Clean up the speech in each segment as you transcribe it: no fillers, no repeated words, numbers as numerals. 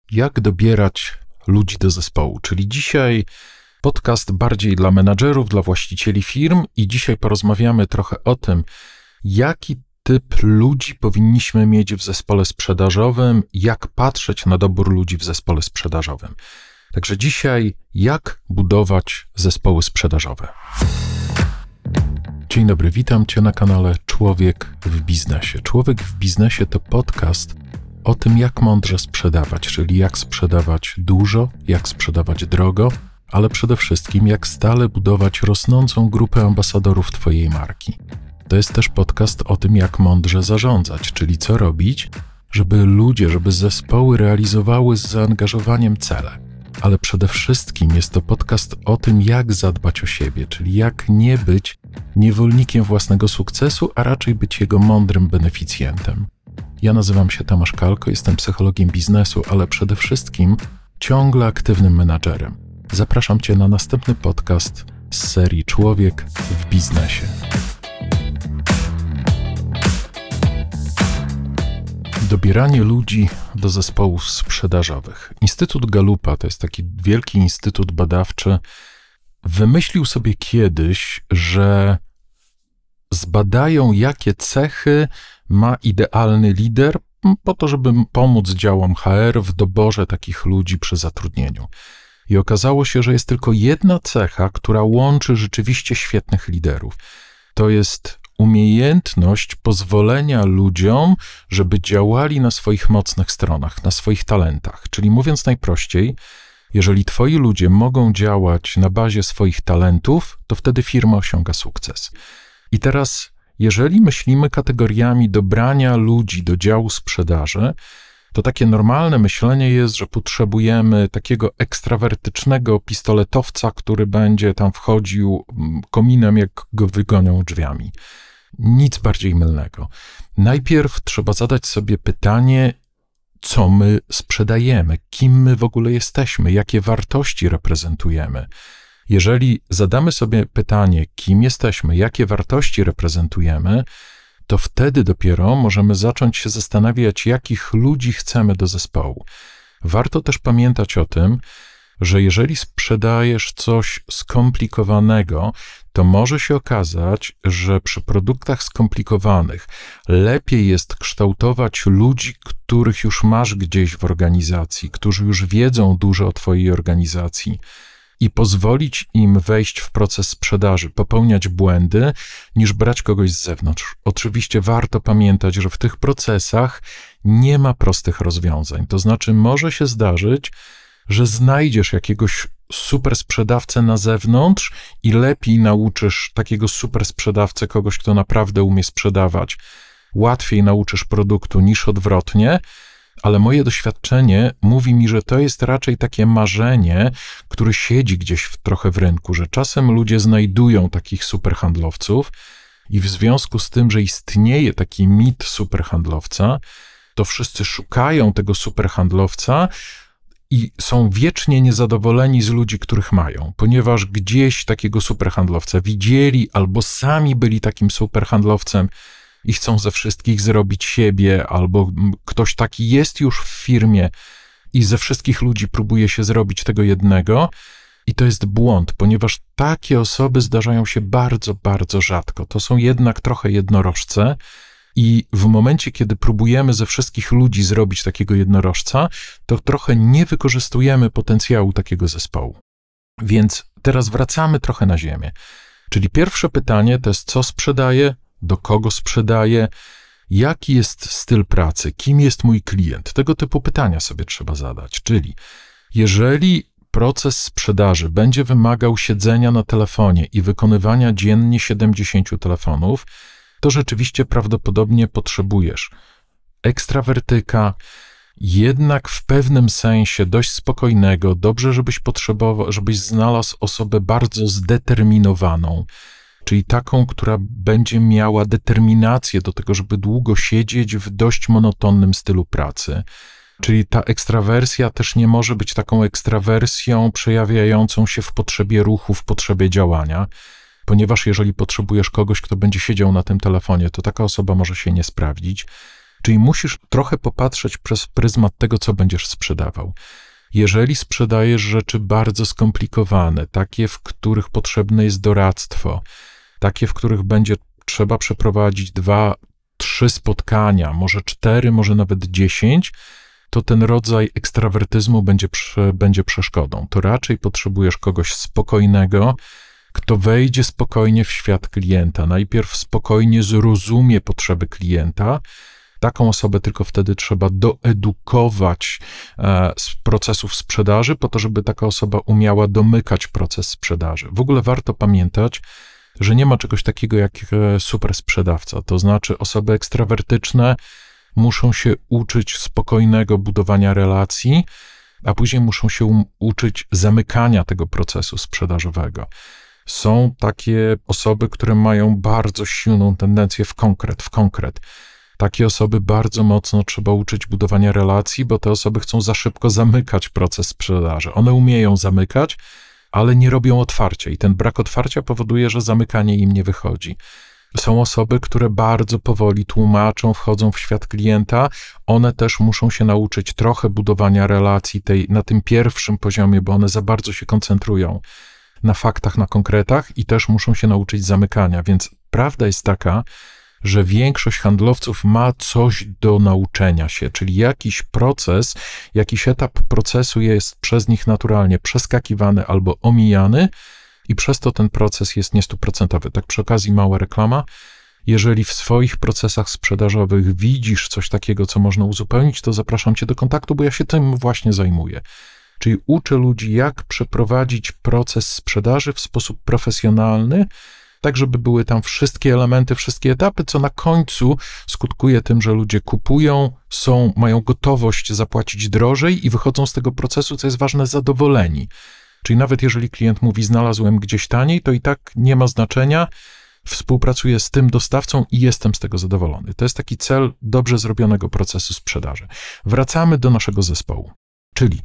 Jak dobierać ludzi do zespołu, czyli dzisiaj podcast bardziej dla menadżerów, dla właścicieli firm i dzisiaj porozmawiamy trochę o tym, jaki typ ludzi powinniśmy mieć w zespole sprzedażowym, jak patrzeć na dobór ludzi w zespole sprzedażowym. Także dzisiaj, jak budować zespoły sprzedażowe. Dzień dobry, witam Cię na kanale Człowiek w Biznesie. Człowiek w Biznesie to podcast o tym, jak mądrze sprzedawać, czyli jak sprzedawać dużo, jak sprzedawać drogo, ale przede wszystkim jak stale budować rosnącą grupę ambasadorów Twojej marki. To jest też podcast o tym, jak mądrze zarządzać, czyli co robić, żeby ludzie, żeby zespoły realizowały z zaangażowaniem cele. Ale przede wszystkim jest to podcast o tym, jak zadbać o siebie, czyli jak nie być niewolnikiem własnego sukcesu, a raczej być jego mądrym beneficjentem. Ja nazywam się Tomasz Kalko, jestem psychologiem biznesu, ale przede wszystkim ciągle aktywnym menadżerem. Zapraszam Cię na następny podcast z serii Człowiek w Biznesie. Dobieranie ludzi do zespołów sprzedażowych. Instytut Gallupa, to jest taki wielki instytut badawczy, wymyślił sobie kiedyś, że zbadają, jakie cechy ma idealny lider, po to, żeby pomóc działom HR w doborze takich ludzi przy zatrudnieniu. I okazało się, że jest tylko jedna cecha, która łączy rzeczywiście świetnych liderów. To jest umiejętność pozwolenia ludziom, żeby działali na swoich mocnych stronach, na swoich talentach. Czyli mówiąc najprościej, jeżeli Twoi ludzie mogą działać na bazie swoich talentów, to wtedy firma osiąga sukces. I teraz, jeżeli myślimy kategoriami dobrania ludzi do działu sprzedaży, to takie normalne myślenie jest, że potrzebujemy takiego ekstrawertycznego pistoletowca, który będzie tam wchodził kominem, jak go wygonią drzwiami. Nic bardziej mylnego. Najpierw trzeba zadać sobie pytanie, co my sprzedajemy, kim my w ogóle jesteśmy, jakie wartości reprezentujemy. Jeżeli zadamy sobie pytanie, kim jesteśmy, jakie wartości reprezentujemy, to wtedy dopiero możemy zacząć się zastanawiać, jakich ludzi chcemy do zespołu. Warto też pamiętać o tym, że jeżeli sprzedajesz coś skomplikowanego, to może się okazać, że przy produktach skomplikowanych lepiej jest kształtować ludzi, których już masz gdzieś w organizacji, którzy już wiedzą dużo o Twojej organizacji i pozwolić im wejść w proces sprzedaży, popełniać błędy, niż brać kogoś z zewnątrz. Oczywiście warto pamiętać, że w tych procesach nie ma prostych rozwiązań. To znaczy może się zdarzyć, że znajdziesz jakiegoś super sprzedawcę na zewnątrz i lepiej nauczysz takiego super sprzedawcę, kogoś, kto naprawdę umie sprzedawać. Łatwiej nauczysz produktu niż odwrotnie, ale moje doświadczenie mówi mi, że to jest raczej takie marzenie, które siedzi gdzieś trochę w rynku, że czasem ludzie znajdują takich superhandlowców i w związku z tym, że istnieje taki mit superhandlowca, to wszyscy szukają tego superhandlowca i są wiecznie niezadowoleni z ludzi, których mają, ponieważ gdzieś takiego superhandlowca widzieli albo sami byli takim superhandlowcem i chcą ze wszystkich zrobić siebie, albo ktoś taki jest już w firmie i ze wszystkich ludzi próbuje się zrobić tego jednego. I to jest błąd, ponieważ takie osoby zdarzają się bardzo, bardzo rzadko. To są jednak trochę jednorożce i w momencie, kiedy próbujemy ze wszystkich ludzi zrobić takiego jednorożca, to trochę nie wykorzystujemy potencjału takiego zespołu. Więc teraz wracamy trochę na ziemię. Czyli pierwsze pytanie to jest, co sprzedaję, do kogo sprzedaję, jaki jest styl pracy, kim jest mój klient. Tego typu pytania sobie trzeba zadać. Czyli jeżeli proces sprzedaży będzie wymagał siedzenia na telefonie i wykonywania dziennie 70 telefonów, to rzeczywiście prawdopodobnie potrzebujesz ekstrawertyka, jednak w pewnym sensie dość spokojnego, dobrze, żebyś znalazł osobę bardzo zdeterminowaną, czyli taką, która będzie miała determinację do tego, żeby długo siedzieć w dość monotonnym stylu pracy. Czyli ta ekstrawersja też nie może być taką ekstrawersją przejawiającą się w potrzebie ruchu, w potrzebie działania, ponieważ jeżeli potrzebujesz kogoś, kto będzie siedział na tym telefonie, to taka osoba może się nie sprawdzić. Czyli musisz trochę popatrzeć przez pryzmat tego, co będziesz sprzedawał. Jeżeli sprzedajesz rzeczy bardzo skomplikowane, takie, w których potrzebne jest doradztwo, takie, w których będzie trzeba przeprowadzić 2, 3 spotkania, może 4, może nawet 10, to ten rodzaj ekstrawertyzmu będzie przeszkodą. To raczej potrzebujesz kogoś spokojnego, kto wejdzie spokojnie w świat klienta. Najpierw spokojnie zrozumie potrzeby klienta. Taką osobę tylko wtedy trzeba doedukować z procesów sprzedaży, po to, żeby taka osoba umiała domykać proces sprzedaży. W ogóle warto pamiętać, że nie ma czegoś takiego jak super sprzedawca. To znaczy osoby ekstrawertyczne muszą się uczyć spokojnego budowania relacji, a później muszą się uczyć zamykania tego procesu sprzedażowego. Są takie osoby, które mają bardzo silną tendencję w konkret. Takie osoby bardzo mocno trzeba uczyć budowania relacji, bo te osoby chcą za szybko zamykać proces sprzedaży. One umieją zamykać, ale nie robią otwarcia i ten brak otwarcia powoduje, że zamykanie im nie wychodzi. Są osoby, które bardzo powoli tłumaczą, wchodzą w świat klienta. One też muszą się nauczyć trochę budowania relacji na tym pierwszym poziomie, bo one za bardzo się koncentrują na faktach, na konkretach i też muszą się nauczyć zamykania. Więc prawda jest taka, że większość handlowców ma coś do nauczenia się, czyli jakiś proces, jakiś etap procesu jest przez nich naturalnie przeskakiwany albo omijany i przez to ten proces jest nie 100%. Tak przy okazji mała reklama. Jeżeli w swoich procesach sprzedażowych widzisz coś takiego, co można uzupełnić, to zapraszam cię do kontaktu, bo ja się tym właśnie zajmuję. Czyli uczę ludzi, jak przeprowadzić proces sprzedaży w sposób profesjonalny, tak żeby były tam wszystkie elementy, wszystkie etapy, co na końcu skutkuje tym, że ludzie kupują, mają gotowość zapłacić drożej i wychodzą z tego procesu, co jest ważne, zadowoleni. Czyli nawet jeżeli klient mówi, znalazłem gdzieś taniej, to i tak nie ma znaczenia, współpracuję z tym dostawcą i jestem z tego zadowolony. To jest taki cel dobrze zrobionego procesu sprzedaży. Wracamy do naszego zespołu. Czyli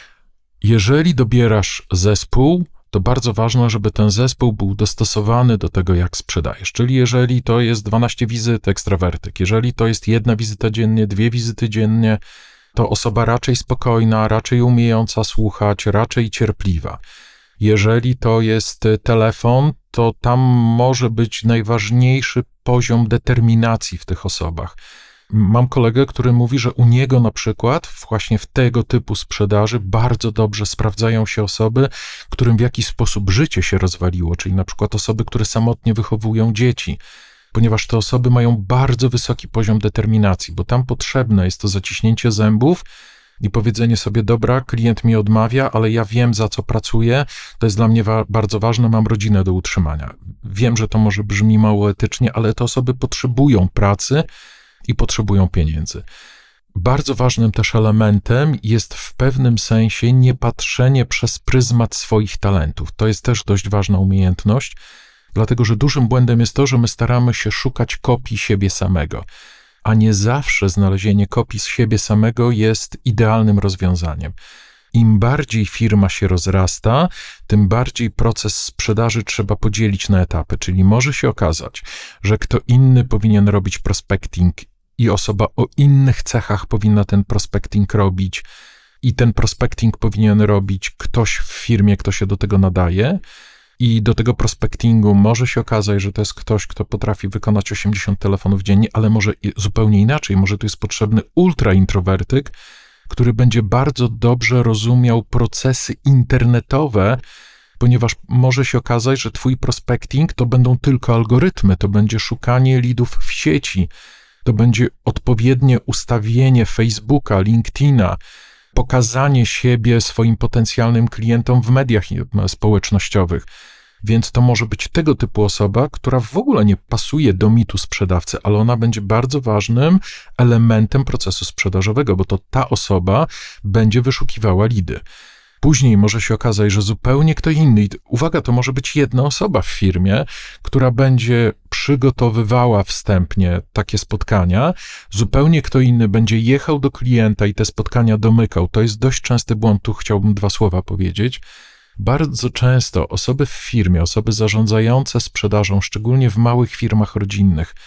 jeżeli dobierasz zespół, to bardzo ważne, żeby ten zespół był dostosowany do tego, jak sprzedajesz. Czyli jeżeli to jest 12 wizyt, ekstrawertyk, jeżeli to jest 1 wizyta dziennie, 2 wizyty dziennie, to osoba raczej spokojna, raczej umiejąca słuchać, raczej cierpliwa. Jeżeli to jest telefon, to tam może być najważniejszy poziom determinacji w tych osobach. Mam kolegę, który mówi, że u niego na przykład właśnie w tego typu sprzedaży bardzo dobrze sprawdzają się osoby, którym w jakiś sposób życie się rozwaliło, czyli na przykład osoby, które samotnie wychowują dzieci, ponieważ te osoby mają bardzo wysoki poziom determinacji, bo tam potrzebne jest to zaciśnięcie zębów i powiedzenie sobie, dobra, klient mi odmawia, ale ja wiem, za co pracuję, to jest dla mnie bardzo ważne, mam rodzinę do utrzymania. Wiem, że to może brzmi mało etycznie, ale te osoby potrzebują pracy i potrzebują pieniędzy. Bardzo ważnym też elementem jest w pewnym sensie niepatrzenie przez pryzmat swoich talentów. To jest też dość ważna umiejętność, dlatego że dużym błędem jest to, że my staramy się szukać kopii siebie samego, a nie zawsze znalezienie kopii z siebie samego jest idealnym rozwiązaniem. Im bardziej firma się rozrasta, tym bardziej proces sprzedaży trzeba podzielić na etapy, czyli może się okazać, że kto inny powinien robić prospecting i osoba o innych cechach powinna ten prospecting robić i ten prospecting powinien robić ktoś w firmie, kto się do tego nadaje i do tego prospectingu może się okazać, że to jest ktoś, kto potrafi wykonać 80 telefonów dziennie, ale może zupełnie inaczej, może tu jest potrzebny ultraintrowertyk, który będzie bardzo dobrze rozumiał procesy internetowe, ponieważ może się okazać, że twój prospecting to będą tylko algorytmy, to będzie szukanie leadów w sieci, to będzie odpowiednie ustawienie Facebooka, LinkedIna, pokazanie siebie swoim potencjalnym klientom w mediach społecznościowych. Więc to może być tego typu osoba, która w ogóle nie pasuje do mitu sprzedawcy, ale ona będzie bardzo ważnym elementem procesu sprzedażowego, bo to ta osoba będzie wyszukiwała lidy. Później może się okazać, że zupełnie kto inny, uwaga, to może być jedna osoba w firmie, która będzie przygotowywała wstępnie takie spotkania, zupełnie kto inny będzie jechał do klienta i te spotkania domykał. To jest dość częsty błąd, tu chciałbym 2 słowa powiedzieć. Bardzo często osoby w firmie, osoby zarządzające sprzedażą, szczególnie w małych firmach rodzinnych,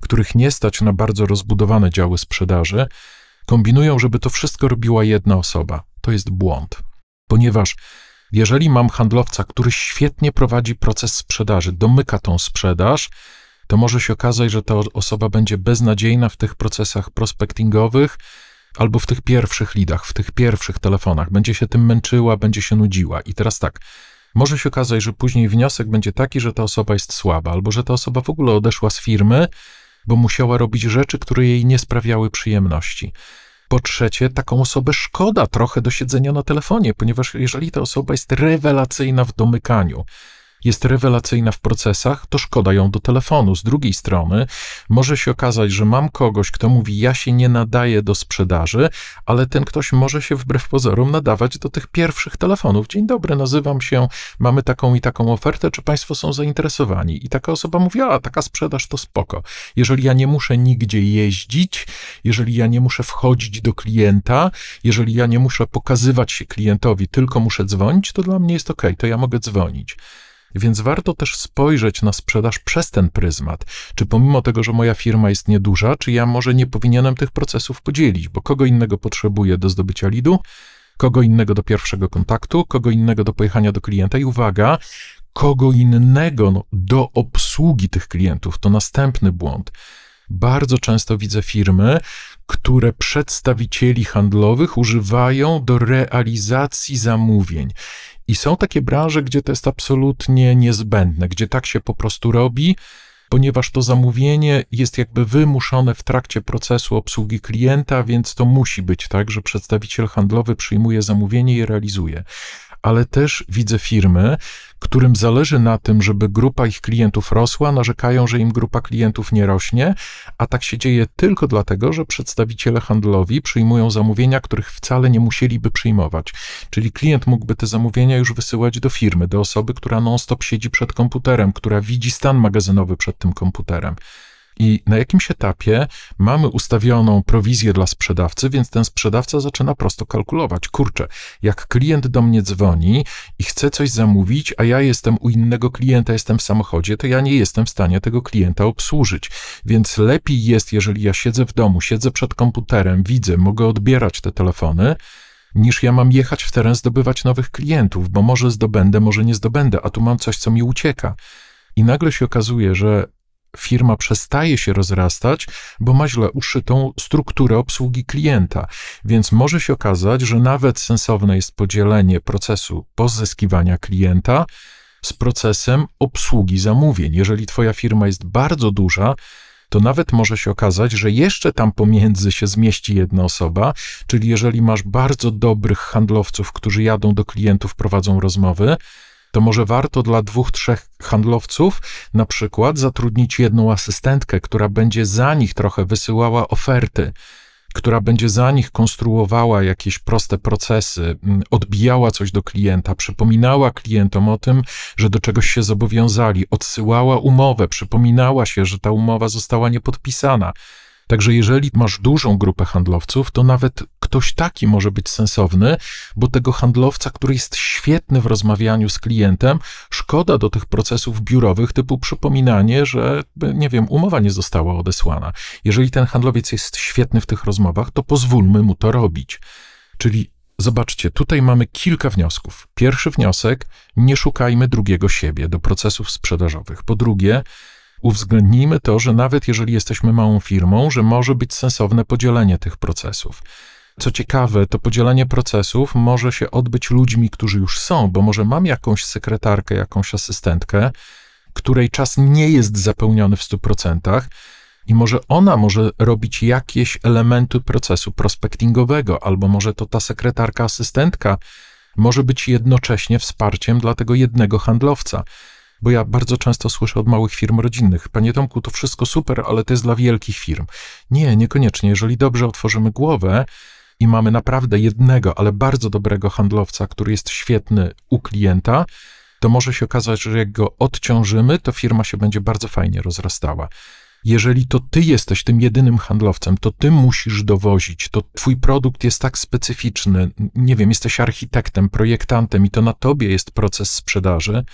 których nie stać na bardzo rozbudowane działy sprzedaży, kombinują, żeby to wszystko robiła jedna osoba. To jest błąd, ponieważ jeżeli mam handlowca, który świetnie prowadzi proces sprzedaży, domyka tą sprzedaż, to może się okazać, że ta osoba będzie beznadziejna w tych procesach prospectingowych albo w tych pierwszych leadach, w tych pierwszych telefonach. Będzie się tym męczyła, będzie się nudziła. I teraz tak, może się okazać, że później wniosek będzie taki, że ta osoba jest słaba, albo że ta osoba w ogóle odeszła z firmy, bo musiała robić rzeczy, które jej nie sprawiały przyjemności. Po trzecie, taką osobę szkoda trochę do siedzenia na telefonie, ponieważ jeżeli ta osoba jest rewelacyjna w domykaniu, jest rewelacyjna w procesach, to szkoda ją do telefonu. Z drugiej strony może się okazać, że mam kogoś, kto mówi, ja się nie nadaję do sprzedaży, ale ten ktoś może się wbrew pozorom nadawać do tych pierwszych telefonów. Dzień dobry, nazywam się, mamy taką i taką ofertę, czy państwo są zainteresowani? I taka osoba mówi, a taka sprzedaż to spoko. Jeżeli ja nie muszę nigdzie jeździć, jeżeli ja nie muszę wchodzić do klienta, jeżeli ja nie muszę pokazywać się klientowi, tylko muszę dzwonić, to dla mnie jest okej, to ja mogę dzwonić. Więc warto też spojrzeć na sprzedaż przez ten pryzmat. Czy pomimo tego, że moja firma jest nieduża, czy ja może nie powinienem tych procesów podzielić, bo kogo innego potrzebuję do zdobycia leadu, kogo innego do pierwszego kontaktu, kogo innego do pojechania do klienta i uwaga, kogo innego do obsługi tych klientów. To następny błąd. Bardzo często widzę firmy, które przedstawicieli handlowych używają do realizacji zamówień. I są takie branże, gdzie to jest absolutnie niezbędne, gdzie tak się po prostu robi, ponieważ to zamówienie jest jakby wymuszone w trakcie procesu obsługi klienta, więc to musi być tak, że przedstawiciel handlowy przyjmuje zamówienie i realizuje. Ale też widzę firmy, którym zależy na tym, żeby grupa ich klientów rosła, narzekają, że im grupa klientów nie rośnie, a tak się dzieje tylko dlatego, że przedstawiciele handlowi przyjmują zamówienia, których wcale nie musieliby przyjmować. Czyli klient mógłby te zamówienia już wysyłać do firmy, do osoby, która non-stop siedzi przed komputerem, która widzi stan magazynowy przed tym komputerem. I na jakimś etapie mamy ustawioną prowizję dla sprzedawcy, więc ten sprzedawca zaczyna prosto kalkulować. Kurczę, jak klient do mnie dzwoni i chce coś zamówić, a ja jestem u innego klienta, jestem w samochodzie, to ja nie jestem w stanie tego klienta obsłużyć. Więc lepiej jest, jeżeli ja siedzę w domu, siedzę przed komputerem, widzę, mogę odbierać te telefony, niż ja mam jechać w teren, zdobywać nowych klientów, bo może zdobędę, może nie zdobędę, a tu mam coś, co mi ucieka. I nagle się okazuje, że firma przestaje się rozrastać, bo ma źle uszytą strukturę obsługi klienta. Więc może się okazać, że nawet sensowne jest podzielenie procesu pozyskiwania klienta z procesem obsługi zamówień. Jeżeli twoja firma jest bardzo duża, to nawet może się okazać, że jeszcze tam pomiędzy się zmieści jedna osoba, czyli jeżeli masz bardzo dobrych handlowców, którzy jadą do klientów, prowadzą rozmowy, to może warto dla 2-3 handlowców na przykład zatrudnić jedną asystentkę, która będzie za nich trochę wysyłała oferty, która będzie za nich konstruowała jakieś proste procesy, odbijała coś do klienta, przypominała klientom o tym, że do czegoś się zobowiązali, odsyłała umowę, przypominała się, że ta umowa została niepodpisana. Także jeżeli masz dużą grupę handlowców, to nawet ktoś taki może być sensowny, bo tego handlowca, który jest świetny w rozmawianiu z klientem, szkoda do tych procesów biurowych typu przypominanie, że, nie wiem, umowa nie została odesłana. Jeżeli ten handlowiec jest świetny w tych rozmowach, to pozwólmy mu to robić. Czyli zobaczcie, tutaj mamy kilka wniosków. Pierwszy wniosek, nie szukajmy drugiego siebie do procesów sprzedażowych. Po drugie, uwzględnijmy to, że nawet jeżeli jesteśmy małą firmą, że może być sensowne podzielenie tych procesów. Co ciekawe, to podzielenie procesów może się odbyć ludźmi, którzy już są, bo może mam jakąś sekretarkę, jakąś asystentkę, której czas nie jest zapełniony w 100% i może ona może robić jakieś elementy procesu prospectingowego, albo może to ta sekretarka, asystentka może być jednocześnie wsparciem dla tego jednego handlowca. Bo ja bardzo często słyszę od małych firm rodzinnych: panie Tomku, to wszystko super, ale to jest dla wielkich firm. Nie, niekoniecznie. Jeżeli dobrze otworzymy głowę i mamy naprawdę jednego, ale bardzo dobrego handlowca, który jest świetny u klienta, to może się okazać, że jak go odciążymy, to firma się będzie bardzo fajnie rozrastała. Jeżeli to ty jesteś tym jedynym handlowcem, to ty musisz dowozić, to twój produkt jest tak specyficzny, nie wiem, jesteś architektem, projektantem i to na tobie jest proces sprzedaży,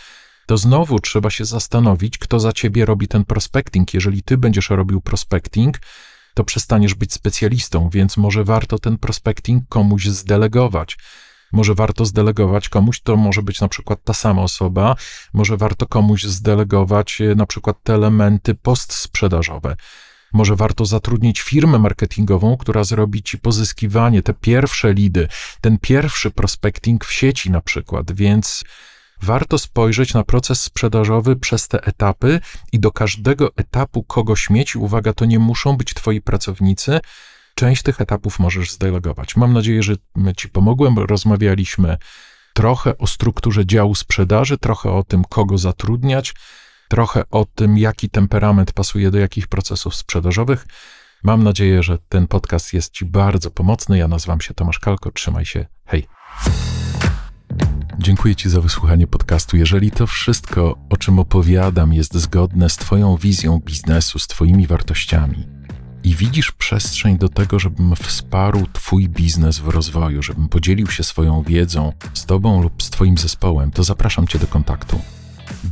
to znowu trzeba się zastanowić, kto za ciebie robi ten prospecting. Jeżeli ty będziesz robił prospecting, to przestaniesz być specjalistą, więc może warto ten prospecting komuś zdelegować. Może warto zdelegować komuś, to może być na przykład ta sama osoba, może warto komuś zdelegować na przykład te elementy postsprzedażowe. Może warto zatrudnić firmę marketingową, która zrobi ci pozyskiwanie, te pierwsze lidy, ten pierwszy prospecting w sieci na przykład, więc warto spojrzeć na proces sprzedażowy przez te etapy i do każdego etapu kogoś mieć. Uwaga, to nie muszą być twoi pracownicy. Część tych etapów możesz zdelegować. Mam nadzieję, że ci pomogłem. Rozmawialiśmy trochę o strukturze działu sprzedaży, trochę o tym, kogo zatrudniać, trochę o tym, jaki temperament pasuje do jakich procesów sprzedażowych. Mam nadzieję, że ten podcast jest ci bardzo pomocny. Ja nazywam się Tomasz Kalko. Trzymaj się. Hej. Dziękuję ci za wysłuchanie podcastu. Jeżeli to wszystko, o czym opowiadam, jest zgodne z twoją wizją biznesu, z twoimi wartościami i widzisz przestrzeń do tego, żebym wsparł twój biznes w rozwoju, żebym podzielił się swoją wiedzą z tobą lub z twoim zespołem, to zapraszam cię do kontaktu.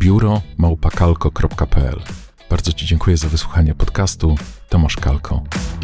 biuro@kalko.pl. Bardzo ci dziękuję za wysłuchanie podcastu. Tomasz Kalko.